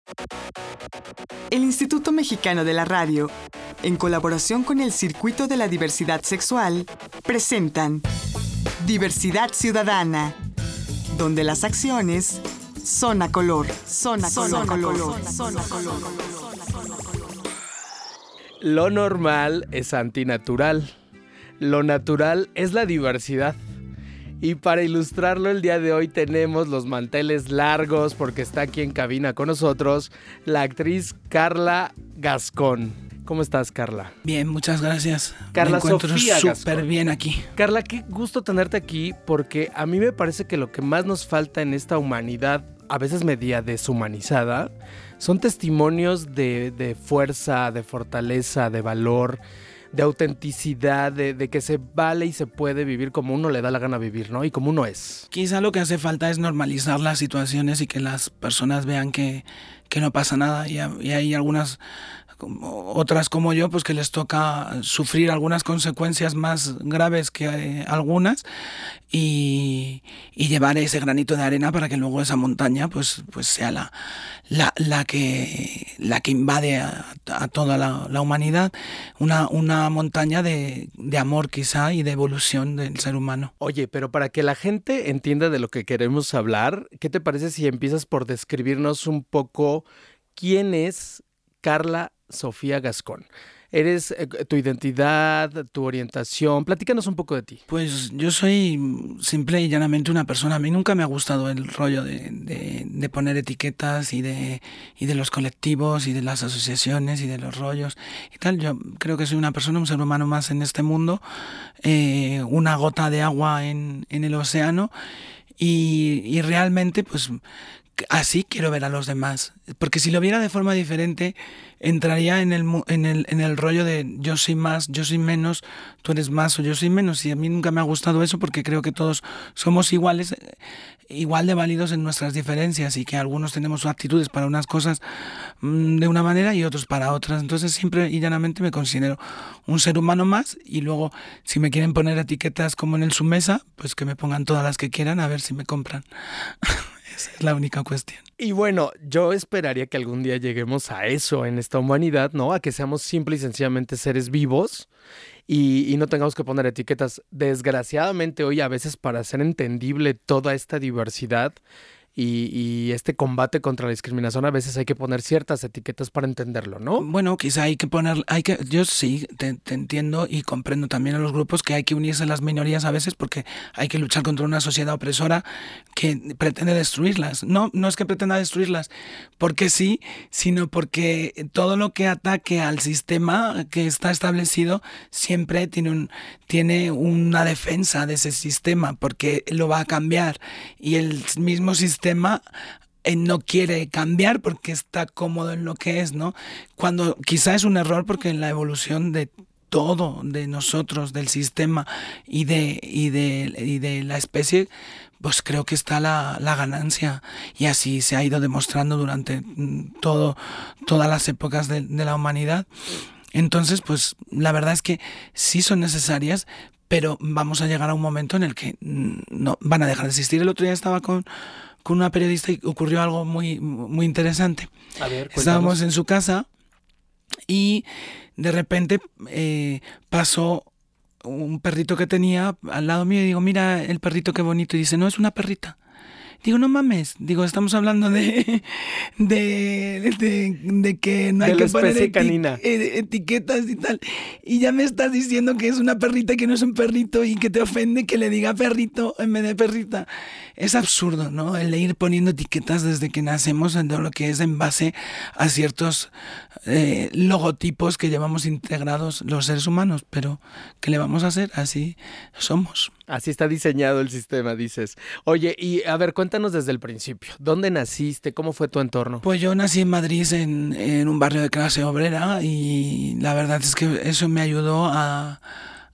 El Instituto Mexicano de la Radio, en colaboración con el Circuito de la Diversidad Sexual, presentan Diversidad Ciudadana, donde las acciones son a color, son a color. Lo normal es antinatural. Lo natural es la diversidad. Y para ilustrarlo el día de hoy tenemos los manteles largos porque está aquí en cabina con nosotros la actriz Carla Gascón. ¿Cómo estás, Carla? Bien, muchas gracias. Carla me encuentro Sofía súper Gascón. bien aquí. Carla, qué gusto tenerte aquí porque a mí me parece que lo que más nos falta en esta humanidad, a veces media deshumanizada, son testimonios de fuerza, de fortaleza, de valor, de autenticidad, de que se vale y se puede vivir como uno le da la gana vivir, ¿no? Y como uno es. Quizá lo que hace falta es normalizar las situaciones y que las personas vean que no pasa nada. Y hay algunas, otras como yo, pues que les toca sufrir algunas consecuencias más graves que algunas y llevar ese granito de arena para que luego esa montaña pues sea la que invade a toda la humanidad, una montaña de amor quizá y de evolución del ser humano. Oye, pero para que la gente entienda de lo que queremos hablar, ¿qué te parece si empiezas por describirnos un poco quién es Carla Sofía Gascón? ¿Eres tu identidad, tu orientación? Platícanos un poco de ti. Pues yo soy simple y llanamente una persona. A mí nunca me ha gustado el rollo de poner etiquetas y de los colectivos y de las asociaciones y de los rollos y tal. Yo creo que soy una persona, un ser humano más en este mundo, una gota de agua en el océano y realmente pues así quiero ver a los demás, porque si lo viera de forma diferente entraría en el rollo de yo soy más, yo soy menos, tú eres más o yo soy menos, y a mí nunca me ha gustado eso porque creo que todos somos iguales, igual de válidos en nuestras diferencias y que algunos tenemos actitudes para unas cosas de una manera y otros para otras. Entonces siempre y llanamente me considero un ser humano más y luego si me quieren poner etiquetas como en el Sumesa, pues que me pongan todas las que quieran a ver si me compran. Esa es la única cuestión. Y bueno, yo esperaría que algún día lleguemos a eso en esta humanidad, ¿no? A que seamos simple y sencillamente seres vivos y no tengamos que poner etiquetas. Desgraciadamente hoy a veces para hacer entendible toda esta diversidad y este combate contra la discriminación a veces hay que poner ciertas etiquetas para entenderlo, ¿no? Bueno, quizá yo sí te entiendo y comprendo también a los grupos que hay que unirse a las minorías a veces porque hay que luchar contra una sociedad opresora que pretende destruirlas. No es que pretenda destruirlas porque sí, sino porque todo lo que ataque al sistema que está establecido siempre tiene una defensa de ese sistema porque lo va a cambiar y el mismo sistema no quiere cambiar porque está cómodo en lo que es, ¿no? Cuando quizá es un error porque en la evolución de todo, de nosotros, del sistema y de la especie, pues creo que está la ganancia y así se ha ido demostrando durante todas las épocas de la humanidad. Entonces, pues la verdad es que sí son necesarias, pero vamos a llegar a un momento en el que no van a dejar de existir. El otro día estaba con una periodista y ocurrió algo muy, muy interesante. A ver, cuéntanos. Estábamos en su casa y de repente pasó un perrito que tenía al lado mío y digo, mira el perrito qué bonito. Y dice, no, es una perrita. Digo, no mames, estamos hablando de que no hay que poner canina. etiquetas y tal. Y ya me estás diciendo que es una perrita y que no es un perrito y que te ofende que le diga perrito en vez de perrita. Es absurdo, ¿no? El ir poniendo etiquetas desde que nacemos en todo lo que es en base a ciertos logotipos que llevamos integrados los seres humanos. Pero, ¿qué le vamos a hacer? Así somos. Así está diseñado el sistema, dices. Oye, y a ver, cuéntanos desde el principio. ¿Dónde naciste? ¿Cómo fue tu entorno? Pues yo nací en Madrid, en un barrio de clase obrera y la verdad es que eso me ayudó a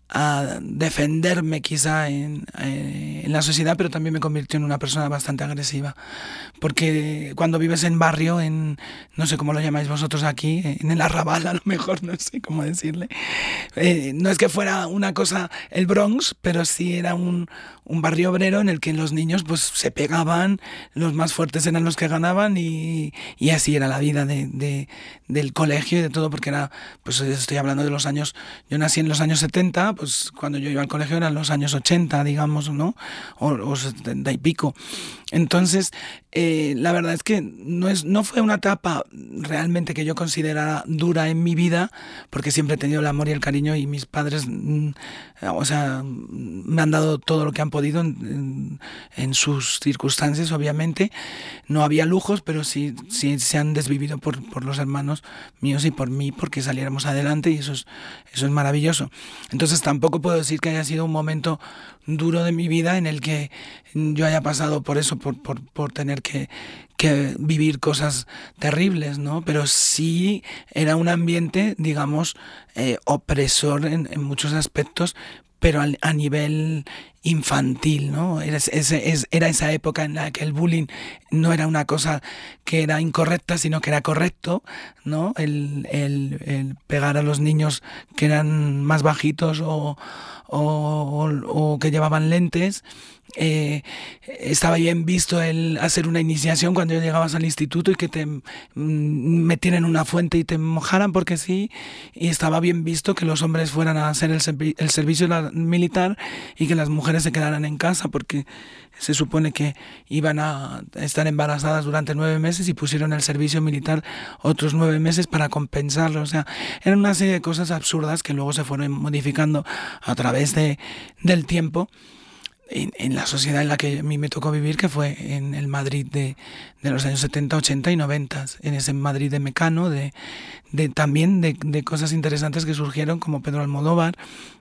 a defenderme quizá en la sociedad, pero también me convirtió en una persona bastante agresiva. Porque cuando vives en barrio, no sé cómo lo llamáis vosotros aquí, en el arrabal a lo mejor, no sé cómo decirle, no es que fuera una cosa el Bronx, pero sí era un barrio obrero en el que los niños pues se pegaban, los más fuertes eran los que ganaban y así era la vida del colegio y de todo, porque era, pues estoy hablando de los años, yo nací en los años 70, pues cuando yo iba al colegio eran los años 80, digamos, ¿no? O 70 y pico. Entonces, la verdad es que no fue una etapa realmente que yo considerara dura en mi vida, porque siempre he tenido el amor y el cariño y mis padres, o sea, me han dado todo lo que han podido en sus circunstancias, obviamente. No había lujos, pero sí se han desvivido por los hermanos míos y por mí, porque saliéramos adelante y eso es maravilloso. Entonces tampoco puedo decir que haya sido un momento duro de mi vida en el que yo haya pasado por eso, por tener que vivir cosas terribles, ¿no? Pero sí era un ambiente, digamos, opresor en muchos aspectos, pero a nivel infantil, ¿no? Era esa época en la que el bullying no era una cosa que era incorrecta, sino que era correcto, ¿no? El pegar a los niños que eran más bajitos o que llevaban lentes. Estaba bien visto el hacer una iniciación cuando llegabas al instituto y que te metieran en una fuente y te mojaran porque sí, y estaba bien visto que los hombres fueran a hacer el servicio militar y que las mujeres se quedaran en casa porque se supone que iban a estar embarazadas durante 9 meses y pusieron el servicio militar otros 9 meses para compensarlo. O sea, eran una serie de cosas absurdas que luego se fueron modificando a través del tiempo en la sociedad en la que a mí me tocó vivir, que fue en el Madrid de los años 70, 80 y 90, en ese Madrid de Mecano, también de cosas interesantes que surgieron como Pedro Almodóvar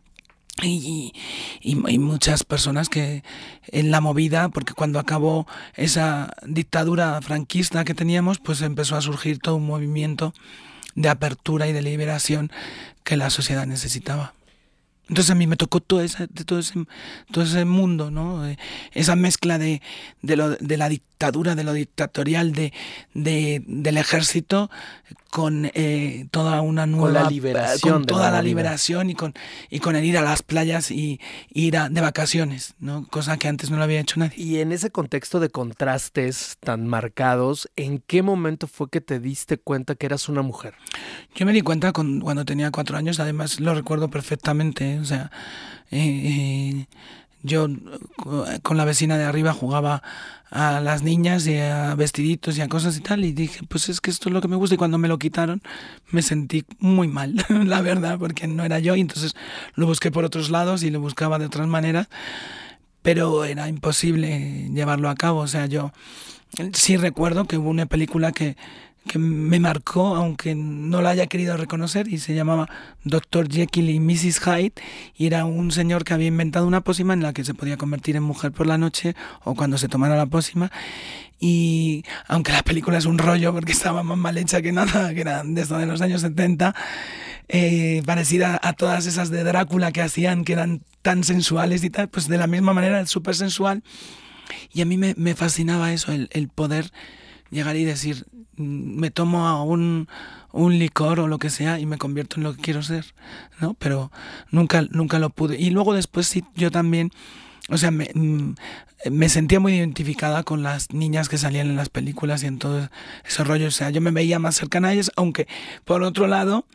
y muchas personas que en la movida, porque cuando acabó esa dictadura franquista que teníamos, pues empezó a surgir todo un movimiento de apertura y de liberación que la sociedad necesitaba. Entonces a mí me tocó todo ese mundo, ¿no? Esa mezcla de la dictadura, de lo dictatorial, del ejército, con toda una nueva... Con la liberación. Con toda la liberación y con el ir a las playas y ir de vacaciones, ¿no? Cosa que antes no lo había hecho nadie. Y en ese contexto de contrastes tan marcados, ¿en qué momento fue que te diste cuenta que eras una mujer? Yo me di cuenta cuando tenía 4 años, además lo recuerdo perfectamente, o sea, yo con la vecina de arriba jugaba a las niñas y a vestiditos y a cosas y tal, y dije, pues es que esto es lo que me gusta, y cuando me lo quitaron me sentí muy mal, la verdad, porque no era yo, y entonces lo busqué por otros lados y lo buscaba de otras maneras, pero era imposible llevarlo a cabo. O sea, yo sí recuerdo que hubo una película que me marcó, aunque no la haya querido reconocer, y se llamaba Dr. Jekyll y Mrs. Hyde, y era un señor que había inventado una pócima en la que se podía convertir en mujer por la noche o cuando se tomara la pócima, y aunque la película es un rollo porque estaba más mal hecha que nada, que era desde los años 70, parecida a todas esas de Drácula que hacían, que eran tan sensuales y tal, pues de la misma manera es súper sensual, y a mí me fascinaba eso, el poder llegar y decir, me tomo un licor o lo que sea y me convierto en lo que quiero ser, ¿no? Pero nunca lo pude. Y luego después sí, yo también, o sea, me sentía muy identificada con las niñas que salían en las películas y en todo ese rollo. O sea, yo me veía más cercana a ellas, aunque por otro lado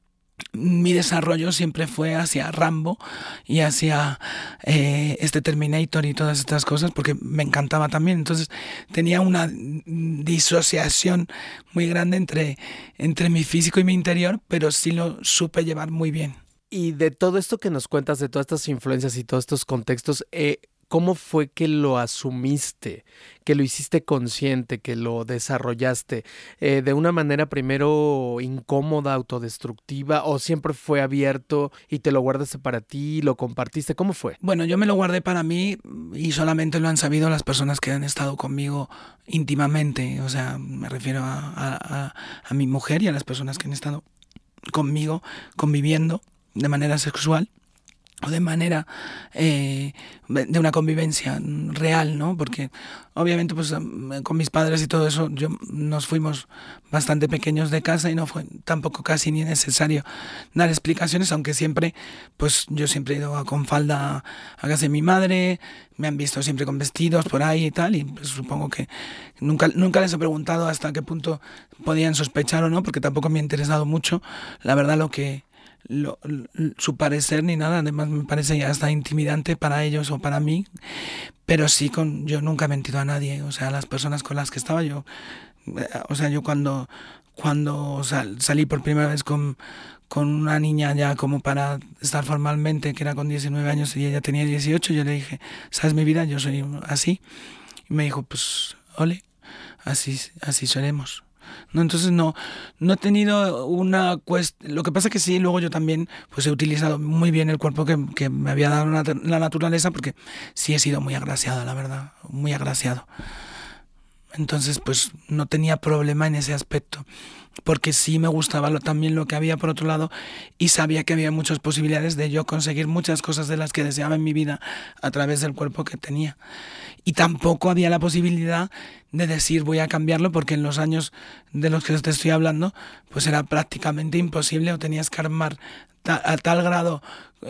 mi desarrollo siempre fue hacia Rambo y hacia este Terminator y todas estas cosas, porque me encantaba también. Entonces tenía una disociación muy grande entre mi físico y mi interior, pero sí lo supe llevar muy bien. Y de todo esto que nos cuentas, de todas estas influencias y todos estos contextos, ¿cómo fue que lo asumiste, que lo hiciste consciente, que lo desarrollaste? ¿De una manera primero incómoda, autodestructiva, o siempre fue abierto y te lo guardaste para ti, lo compartiste? ¿Cómo fue? Bueno, yo me lo guardé para mí y solamente lo han sabido las personas que han estado conmigo íntimamente. O sea, me refiero a mi mujer y a las personas que han estado conmigo conviviendo de manera sexual. o de manera de una convivencia real, ¿no? Porque obviamente pues con mis padres y todo eso nos fuimos bastante pequeños de casa y no fue tampoco casi ni necesario dar explicaciones, aunque siempre pues yo siempre he ido con falda a casa de mi madre, me han visto siempre con vestidos por ahí y tal, y pues supongo que nunca les he preguntado hasta qué punto podían sospechar o no, porque tampoco me ha interesado mucho, la verdad, su parecer ni nada. Además me parece ya hasta intimidante para ellos o para mí, pero sí, yo nunca he mentido a nadie, o sea, las personas con las que estaba yo cuando salí por primera vez con una niña ya como para estar formalmente, que era con 19 años y ella tenía 18, yo le dije, ¿sabes mi vida? Yo soy así. Y me dijo, pues, ole, así seremos. No, entonces no he tenido una cuestión. Lo que pasa es que sí, luego yo también pues he utilizado muy bien el cuerpo que me había dado la naturaleza, porque sí he sido muy agraciado, la verdad, muy agraciado. Entonces pues no tenía problema en ese aspecto, porque sí me gustaba también lo que había por otro lado, y sabía que había muchas posibilidades de yo conseguir muchas cosas de las que deseaba en mi vida a través del cuerpo que tenía. Y tampoco había la posibilidad de decir voy a cambiarlo, porque en los años de los que te estoy hablando pues era prácticamente imposible, o tenías que armar a tal grado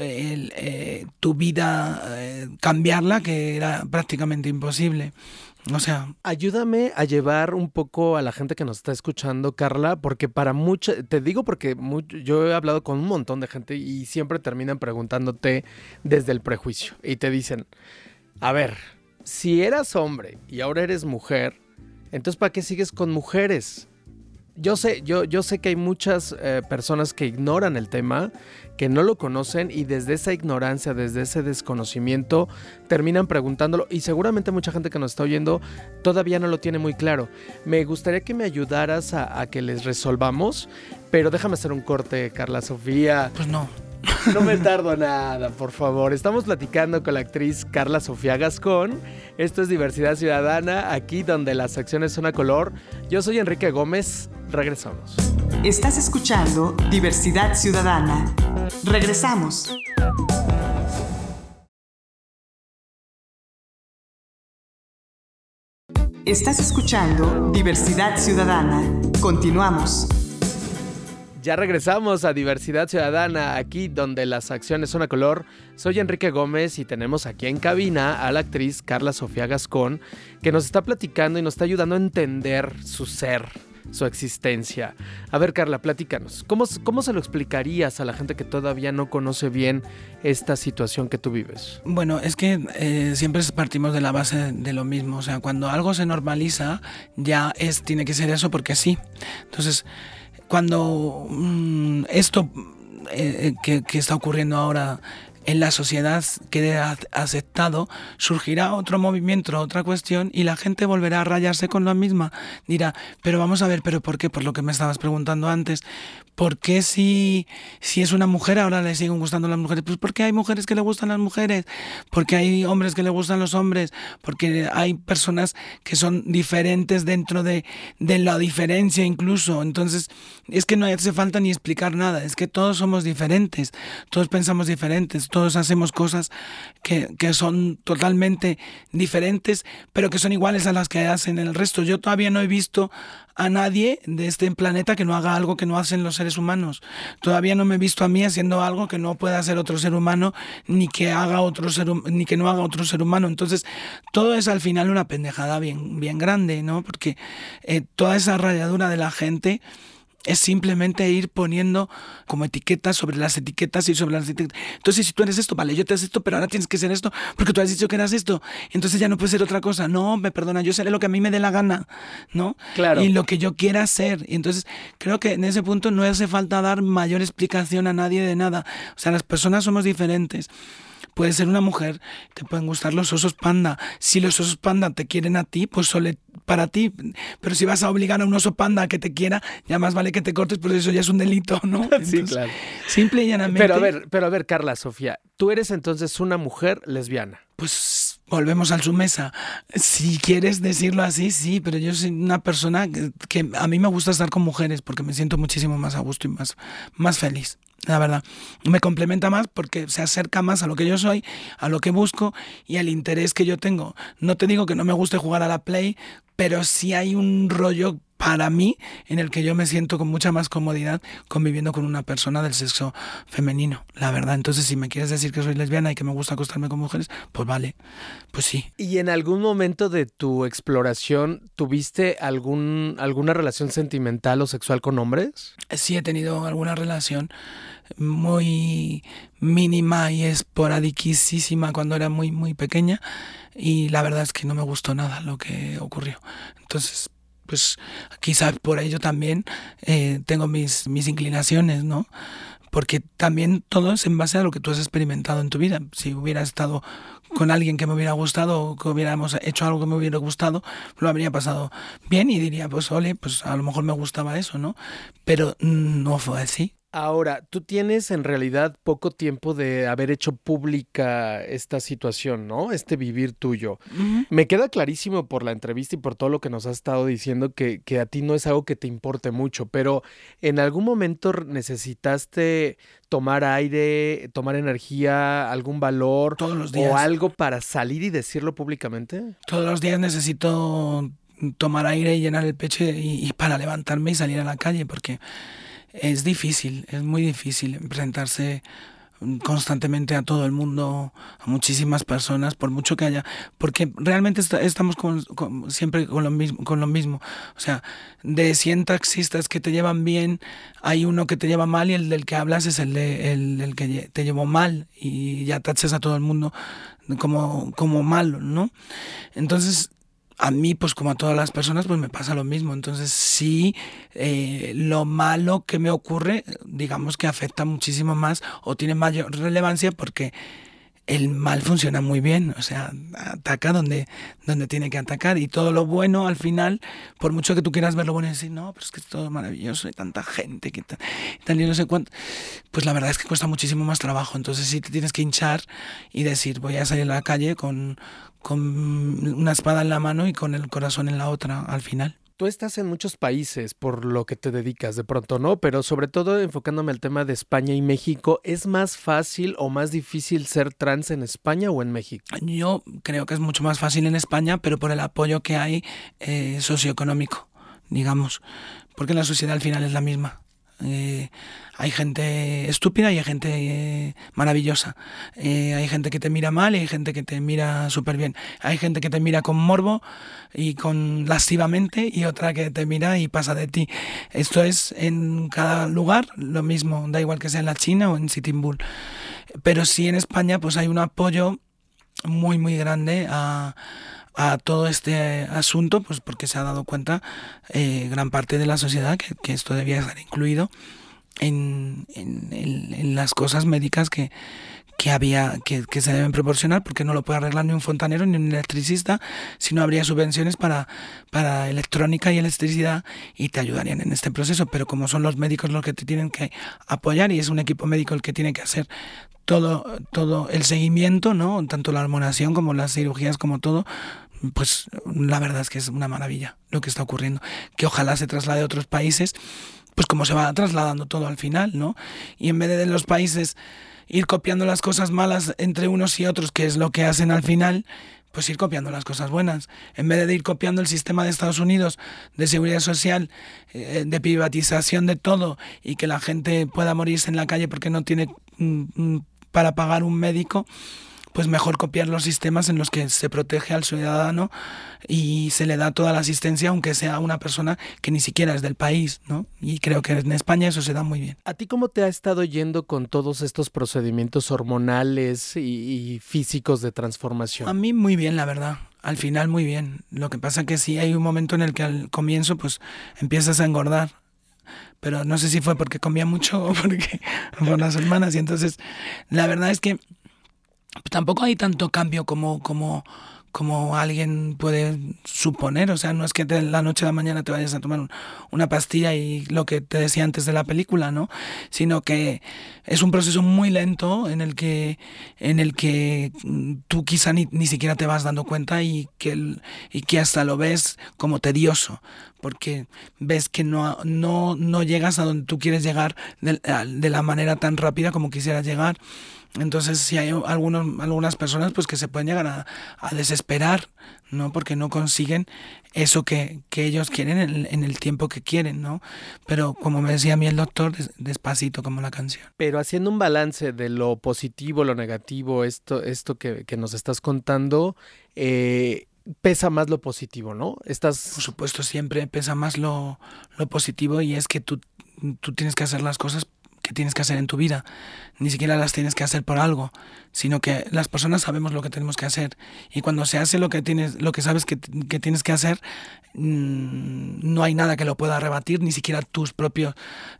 tu vida, cambiarla, que era prácticamente imposible. O sea, ayúdame a llevar un poco a la gente que nos está escuchando, Carla, porque te digo porque yo he hablado con un montón de gente y siempre terminan preguntándote desde el prejuicio y te dicen, a ver, si eras hombre y ahora eres mujer, entonces ¿para qué sigues con mujeres? Yo sé que hay muchas personas que ignoran el tema, que no lo conocen, y desde esa ignorancia, desde ese desconocimiento, terminan preguntándolo, y seguramente mucha gente que nos está oyendo todavía no lo tiene muy claro. Me gustaría que me ayudaras a que les resolvamos, pero déjame hacer un corte, Carla Sofía. Pues no. No me tardo nada, por favor. Estamos platicando con la actriz Carla Sofía Gascón. Esto es Diversidad Ciudadana, aquí donde las acciones son a color. Yo soy Enrique Gómez. Regresamos. Estás escuchando Diversidad Ciudadana. Regresamos. Estás escuchando Diversidad Ciudadana. Continuamos. Ya regresamos a Diversidad Ciudadana, aquí donde las acciones son a color. Soy Enrique Gómez y tenemos aquí en cabina a la actriz Carla Sofía Gascón, que nos está platicando y nos está ayudando a entender su ser, su existencia. A ver, Carla, platícanos. ¿Cómo se lo explicarías a la gente que todavía no conoce bien esta situación que tú vives? Bueno, es que siempre partimos de la base de lo mismo. O sea, cuando algo se normaliza, ya tiene que ser eso porque sí. Entonces, cuando esto que está ocurriendo ahora en la sociedad quede aceptado, surgirá otro movimiento, otra cuestión, y la gente volverá a rayarse con la misma. Dirá, pero vamos a ver, ¿pero por qué? Por lo que me estabas preguntando antes. ¿Por qué si es una mujer ahora le siguen gustando las mujeres? Pues porque hay mujeres que le gustan las mujeres, porque hay hombres que le gustan los hombres, porque hay personas que son diferentes dentro de la diferencia incluso. Entonces, es que no hace falta ni explicar nada, es que todos somos diferentes, todos pensamos diferentes, todos hacemos cosas que son totalmente diferentes, pero que son iguales a las que hacen el resto. Yo todavía no he visto a nadie de este planeta que no haga algo que no hacen los seres humanos. Todavía no me he visto a mí haciendo algo que no pueda hacer otro ser humano, ni que no haga otro ser humano. Entonces, todo es al final una pendejada bien grande, ¿no? Porque toda esa rayadura de la gente es simplemente ir poniendo como etiquetas sobre las etiquetas y sobre las etiquetas. Entonces, si tú eres esto, vale, yo te acepto, pero ahora tienes que ser esto porque tú has dicho que eras esto. Entonces ya no puedes ser otra cosa. No, me perdona, yo seré lo que a mí me dé la gana, ¿no? Claro. Y lo que yo quiera ser. Y entonces creo que en ese punto no hace falta dar mayor explicación a nadie de nada. O sea, las personas somos diferentes. Puede ser una mujer, te pueden gustar los osos panda. Si los osos panda te quieren a ti, pues solo para ti. Pero si vas a obligar a un oso panda a que te quiera, ya más vale que te cortes, porque eso ya es un delito, ¿no? Entonces, sí, claro. Simple y llanamente. Pero a ver, Carla Sofía, tú eres entonces una mujer lesbiana. Pues volvemos a su mesa. Si quieres decirlo así, sí, pero yo soy una persona que a mí me gusta estar con mujeres porque me siento muchísimo más a gusto y más feliz. la verdad. Me complementa más porque se acerca más a lo que yo soy, a lo que busco y al interés que yo tengo. No te digo que no me guste jugar a la Play, pero sí hay un rollo para mí en el que yo me siento con mucha más comodidad conviviendo con una persona del sexo femenino, la verdad. Entonces, si me quieres decir que soy lesbiana y que me gusta acostarme con mujeres, pues vale, pues sí. ¿Y en algún momento de tu exploración tuviste alguna relación sentimental o sexual con hombres? Sí he tenido alguna relación muy mínima y esporadiquísima cuando era muy, muy pequeña y la verdad es que no me gustó nada lo que ocurrió. Entonces, pues quizás por ello también tengo mis inclinaciones, ¿no? Porque también todo es en base a lo que tú has experimentado en tu vida. Si hubiera estado con alguien que me hubiera gustado o que hubiéramos hecho algo que me hubiera gustado, lo habría pasado bien y diría, pues ole, pues a lo mejor me gustaba eso, ¿no? Pero no fue así. Ahora, tú tienes en realidad poco tiempo de haber hecho pública esta situación, ¿no? Este vivir tuyo. Uh-huh. Me queda clarísimo por la entrevista y por todo lo que nos has estado diciendo que a ti no es algo que te importe mucho, pero ¿en algún momento necesitaste tomar aire, tomar energía, algún valor Todos los días. o algo para salir y decirlo públicamente? Todos los días necesito tomar aire y llenar el pecho y para levantarme y salir a la calle porque es difícil, es muy difícil presentarse constantemente a todo el mundo, a muchísimas personas, por mucho que haya, porque realmente estamos siempre con lo mismo. O sea, de 100 taxistas que te llevan bien, hay uno que te lleva mal y el del que hablas es el que te llevó mal y ya tachas a todo el mundo como malo, ¿no? Entonces, a mí, pues como a todas las personas, pues me pasa lo mismo. Entonces sí, lo malo que me ocurre, digamos que afecta muchísimo más o tiene mayor relevancia porque el mal funciona muy bien, o sea, ataca donde tiene que atacar y todo lo bueno al final, por mucho que tú quieras ver lo bueno y decir, no, pero es que es todo maravilloso y tanta gente, que tal y no sé cuánto, pues la verdad es que cuesta muchísimo más trabajo. Entonces sí te tienes que hinchar y decir, voy a salir a la calle con una espada en la mano y con el corazón en la otra al final. Tú estás en muchos países por lo que te dedicas de pronto, ¿no? Pero sobre todo enfocándome al tema de España y México, ¿es más fácil o más difícil ser trans en España o en México? Yo creo que es mucho más fácil en España, pero por el apoyo que hay socioeconómico, digamos, porque la sociedad al final es la misma. Hay gente estúpida y hay gente maravillosa. Hay gente que te mira mal y hay gente que te mira súper bien. Hay gente que te mira con morbo y con lascivamente y otra que te mira y pasa de ti. Esto es en cada lugar lo mismo, da igual que sea en la China o en Sitting Bull. Pero sí en España pues hay un apoyo muy muy grande a todo este asunto, pues porque se ha dado cuenta gran parte de la sociedad que esto debía estar incluido en las cosas médicas que se deben proporcionar, porque no lo puede arreglar ni un fontanero ni un electricista, sino habría subvenciones para electrónica y electricidad y te ayudarían en este proceso, pero como son los médicos los que te tienen que apoyar y es un equipo médico el que tiene que hacer todo el seguimiento, ¿no? Tanto la hormonación como las cirugías como todo, pues la verdad es que es una maravilla lo que está ocurriendo, que ojalá se traslade a otros países, pues como se va trasladando todo al final, ¿no? Y en vez de los países ir copiando las cosas malas entre unos y otros, que es lo que hacen al final, pues ir copiando las cosas buenas. En vez de ir copiando el sistema de Estados Unidos de seguridad social, de privatización de todo y que la gente pueda morirse en la calle porque no tiene para pagar un médico, pues mejor copiar los sistemas en los que se protege al ciudadano y se le da toda la asistencia, aunque sea una persona que ni siquiera es del país, ¿no? Y creo que en España eso se da muy bien. ¿A ti cómo te ha estado yendo con todos estos procedimientos hormonales y físicos de transformación? A mí muy bien, la verdad. Al final muy bien. Lo que pasa que sí hay un momento en el que al comienzo pues empiezas a engordar. Pero no sé si fue porque comía mucho o porque por las hermanas. Y entonces la verdad es que tampoco hay tanto cambio como como alguien puede suponer. O sea, no es que de la noche a la mañana te vayas a tomar una pastilla y lo que te decía antes de la película, ¿no? Sino que es un proceso muy lento en el que tú quizá ni siquiera te vas dando cuenta y que hasta lo ves como tedioso, porque ves que no llegas a donde tú quieres llegar de la manera tan rápida como quisieras llegar. Entonces sí hay algunas personas pues que se pueden llegar a desesperar, ¿no? Porque no consiguen eso que ellos quieren en el tiempo que quieren, ¿no? Pero como me decía a mí el doctor, despacito como la canción. Pero haciendo un balance de lo positivo, lo negativo, esto que nos estás contando, pesa más lo positivo, ¿no? Por supuesto, siempre pesa más lo positivo, y es que tú tienes que hacer las cosas que tienes que hacer en tu vida. Ni siquiera las tienes que hacer por algo, sino que las personas sabemos lo que tenemos que hacer, y cuando se hace lo que sabes que tienes que hacer, no hay nada que lo pueda rebatir, ni siquiera tus propias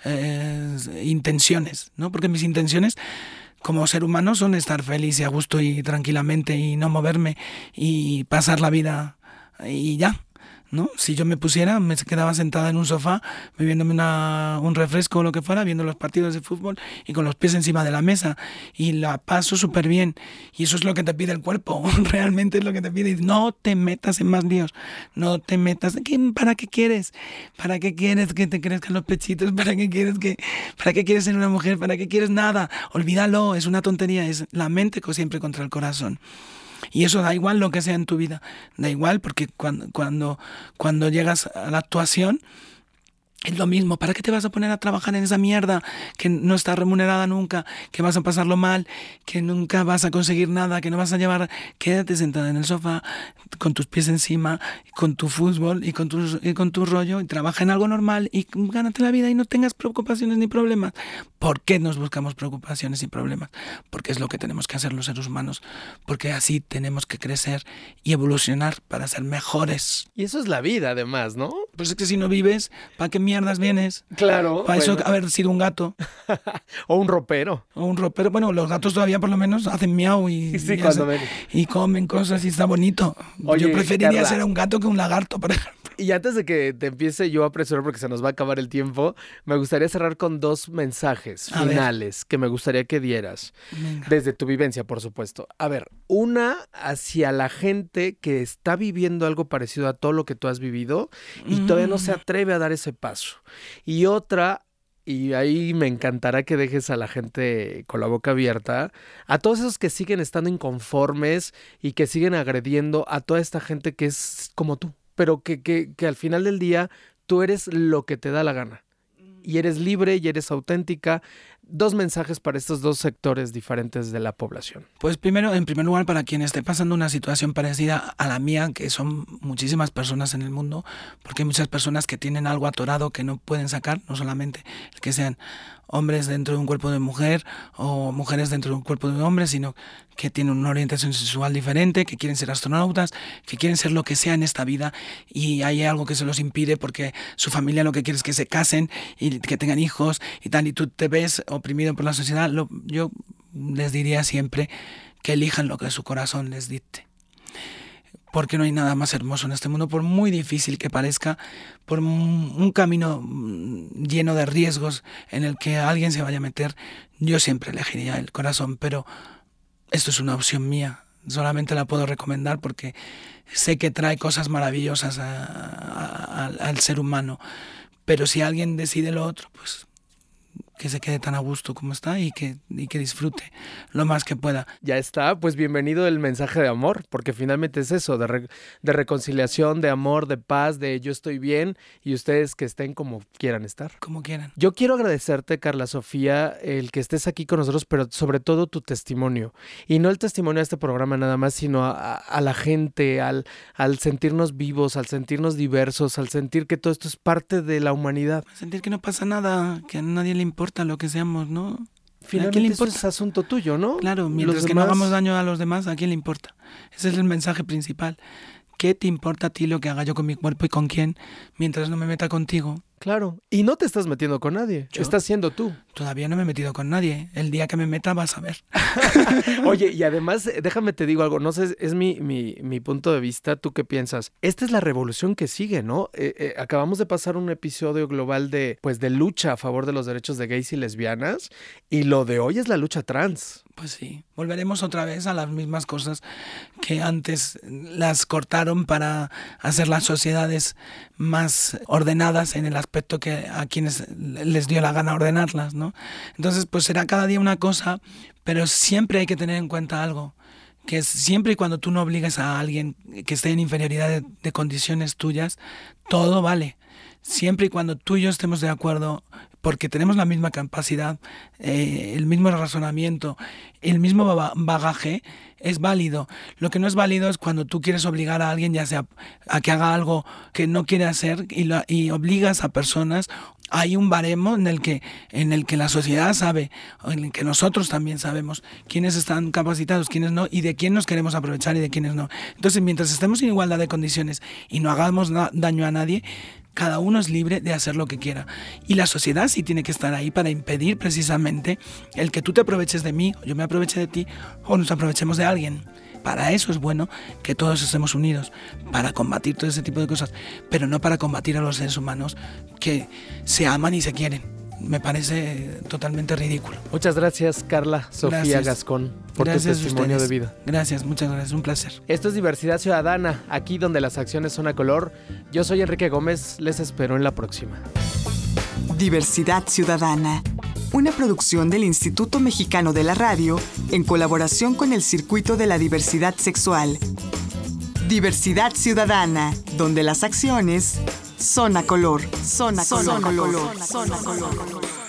intenciones, ¿no? Porque mis intenciones como ser humano son estar feliz y a gusto y tranquilamente y no moverme y pasar la vida y ya, ¿no? Si yo me quedaba sentada en un sofá bebiéndome un refresco o lo que fuera, viendo los partidos de fútbol y con los pies encima de la mesa, y la paso súper bien, y eso es lo que te pide el cuerpo. Realmente es lo que te pide. No te metas en más líos, no te metas. ¿Para qué quieres? ¿Para qué quieres que te crezcan los pechitos? ¿Para qué quieres ser una mujer? ¿Para qué quieres nada? Olvídalo, es una tontería, es la mente siempre contra el corazón. Y eso da igual lo que sea en tu vida, da igual, porque cuando llegas a la actuación es lo mismo. ¿Para qué te vas a poner a trabajar en esa mierda que no está remunerada nunca, que vas a pasarlo mal, que nunca vas a conseguir nada, que no vas a llevar? Quédate sentada en el sofá con tus pies encima, con tu fútbol y con tu rollo, y trabaja en algo normal y gánate la vida y no tengas preocupaciones ni problemas. ¿Por qué nos buscamos preocupaciones y problemas? Porque es lo que tenemos que hacer los seres humanos, porque así tenemos que crecer y evolucionar para ser mejores. Y eso es la vida, además, ¿no? Pues es que si no vives, ¿para qué mierdas vienes? Claro. Para eso haber sido un gato. O un ropero. Bueno, los gatos todavía por lo menos hacen miau y comen cosas y está bonito. Oye, yo preferiría Carla, ser un gato que un lagarto, por ejemplo. Y antes de que te empiece yo a apresurar porque se nos va a acabar el tiempo, me gustaría cerrar con 2 mensajes finales que me gustaría que dieras. Venga. Desde tu vivencia, por supuesto. A ver, una hacia la gente que está viviendo algo parecido a todo lo que tú has vivido y todavía no se atreve a dar ese paso. Y otra, y ahí me encantará que dejes a la gente con la boca abierta, a todos esos que siguen estando inconformes y que siguen agrediendo a toda esta gente que es como tú, pero que al final del día tú eres lo que te da la gana. Y eres libre y eres auténtica. 2 mensajes para estos 2 sectores diferentes de la población. Pues primero, en primer lugar, para quien esté pasando una situación parecida a la mía, que son muchísimas personas en el mundo, porque hay muchas personas que tienen algo atorado que no pueden sacar, no solamente el que sean hombres dentro de un cuerpo de mujer o mujeres dentro de un cuerpo de hombre, sino que tienen una orientación sexual diferente, que quieren ser astronautas, que quieren ser lo que sea en esta vida, y hay algo que se los impide porque su familia lo que quiere es que se casen y que tengan hijos y tal, y tú te ves oprimido por la sociedad. Yo les diría siempre que elijan lo que su corazón les dicte, porque no hay nada más hermoso en este mundo, por muy difícil que parezca, por un camino lleno de riesgos en el que alguien se vaya a meter. Yo siempre elegiría el corazón, pero esto es una opción mía, solamente la puedo recomendar porque sé que trae cosas maravillosas al ser humano, pero si alguien decide lo otro, pues que se quede tan a gusto como está y que disfrute lo más que pueda. Ya está, pues bienvenido el mensaje de amor, porque finalmente es eso, de reconciliación, de amor, de paz, de yo estoy bien y ustedes que estén como quieran estar. Como quieran. Yo quiero agradecerte, Carla Sofía, el que estés aquí con nosotros, pero sobre todo tu testimonio. Y no el testimonio de este programa nada más, sino a la gente, al sentirnos vivos, al sentirnos diversos, al sentir que todo esto es parte de la humanidad. Sentir que no pasa nada, que a nadie le importa lo que seamos, ¿no? Finalmente ¿a quién le eso importa? es asunto tuyo, ¿no? Claro, mientras que no hagamos daño a los demás, ¿a quién le importa? Ese es el mensaje principal. ¿Qué te importa a ti lo que haga yo con mi cuerpo y con quién? Mientras no me meta contigo, Claro. Y no te estás metiendo con nadie. ¿Yo? Estás siendo tú. Todavía no me he metido con nadie. El día que me meta vas a ver. Oye, y además, déjame te digo algo. No sé, es mi punto de vista. ¿Tú qué piensas? Esta es la revolución que sigue, ¿no? Acabamos de pasar un episodio global de lucha a favor de los derechos de gays y lesbianas. Y lo de hoy es la lucha trans. Pues sí, volveremos otra vez a las mismas cosas que antes las cortaron para hacer las sociedades más ordenadas en el aspecto que a quienes les dio la gana ordenarlas, ¿no? Entonces, pues será cada día una cosa, pero siempre hay que tener en cuenta algo, que siempre y cuando tú no obligues a alguien que esté en inferioridad de condiciones tuyas, todo vale. Siempre y cuando tú y yo estemos de acuerdo, porque tenemos la misma capacidad, el mismo razonamiento, el mismo bagaje, es válido. Lo que no es válido es cuando tú quieres obligar a alguien, ya sea a que haga algo que no quiere hacer y obligas a personas. Hay un baremo en el que la sociedad sabe, en el que nosotros también sabemos quiénes están capacitados, quiénes no, y de quién nos queremos aprovechar y de quiénes no. Entonces, mientras estemos en igualdad de condiciones y no hagamos daño a nadie, cada uno es libre de hacer lo que quiera. Y la sociedad sí tiene que estar ahí para impedir precisamente el que tú te aproveches de mí, o yo me aproveche de ti, o nos aprovechemos de alguien. Para eso es bueno que todos estemos unidos, para combatir todo ese tipo de cosas, pero no para combatir a los seres humanos que se aman y se quieren. Me parece totalmente ridículo. Muchas gracias, Carla Sofía Gascón, por tu testimonio de vida. Gracias, muchas gracias, un placer. Esto es Diversidad Ciudadana, aquí donde las acciones son a color. Yo soy Enrique Gómez, les espero en la próxima. Diversidad Ciudadana, una producción del Instituto Mexicano de la Radio en colaboración con el Circuito de la Diversidad Sexual. Diversidad Ciudadana, donde las acciones son a color. Son a color.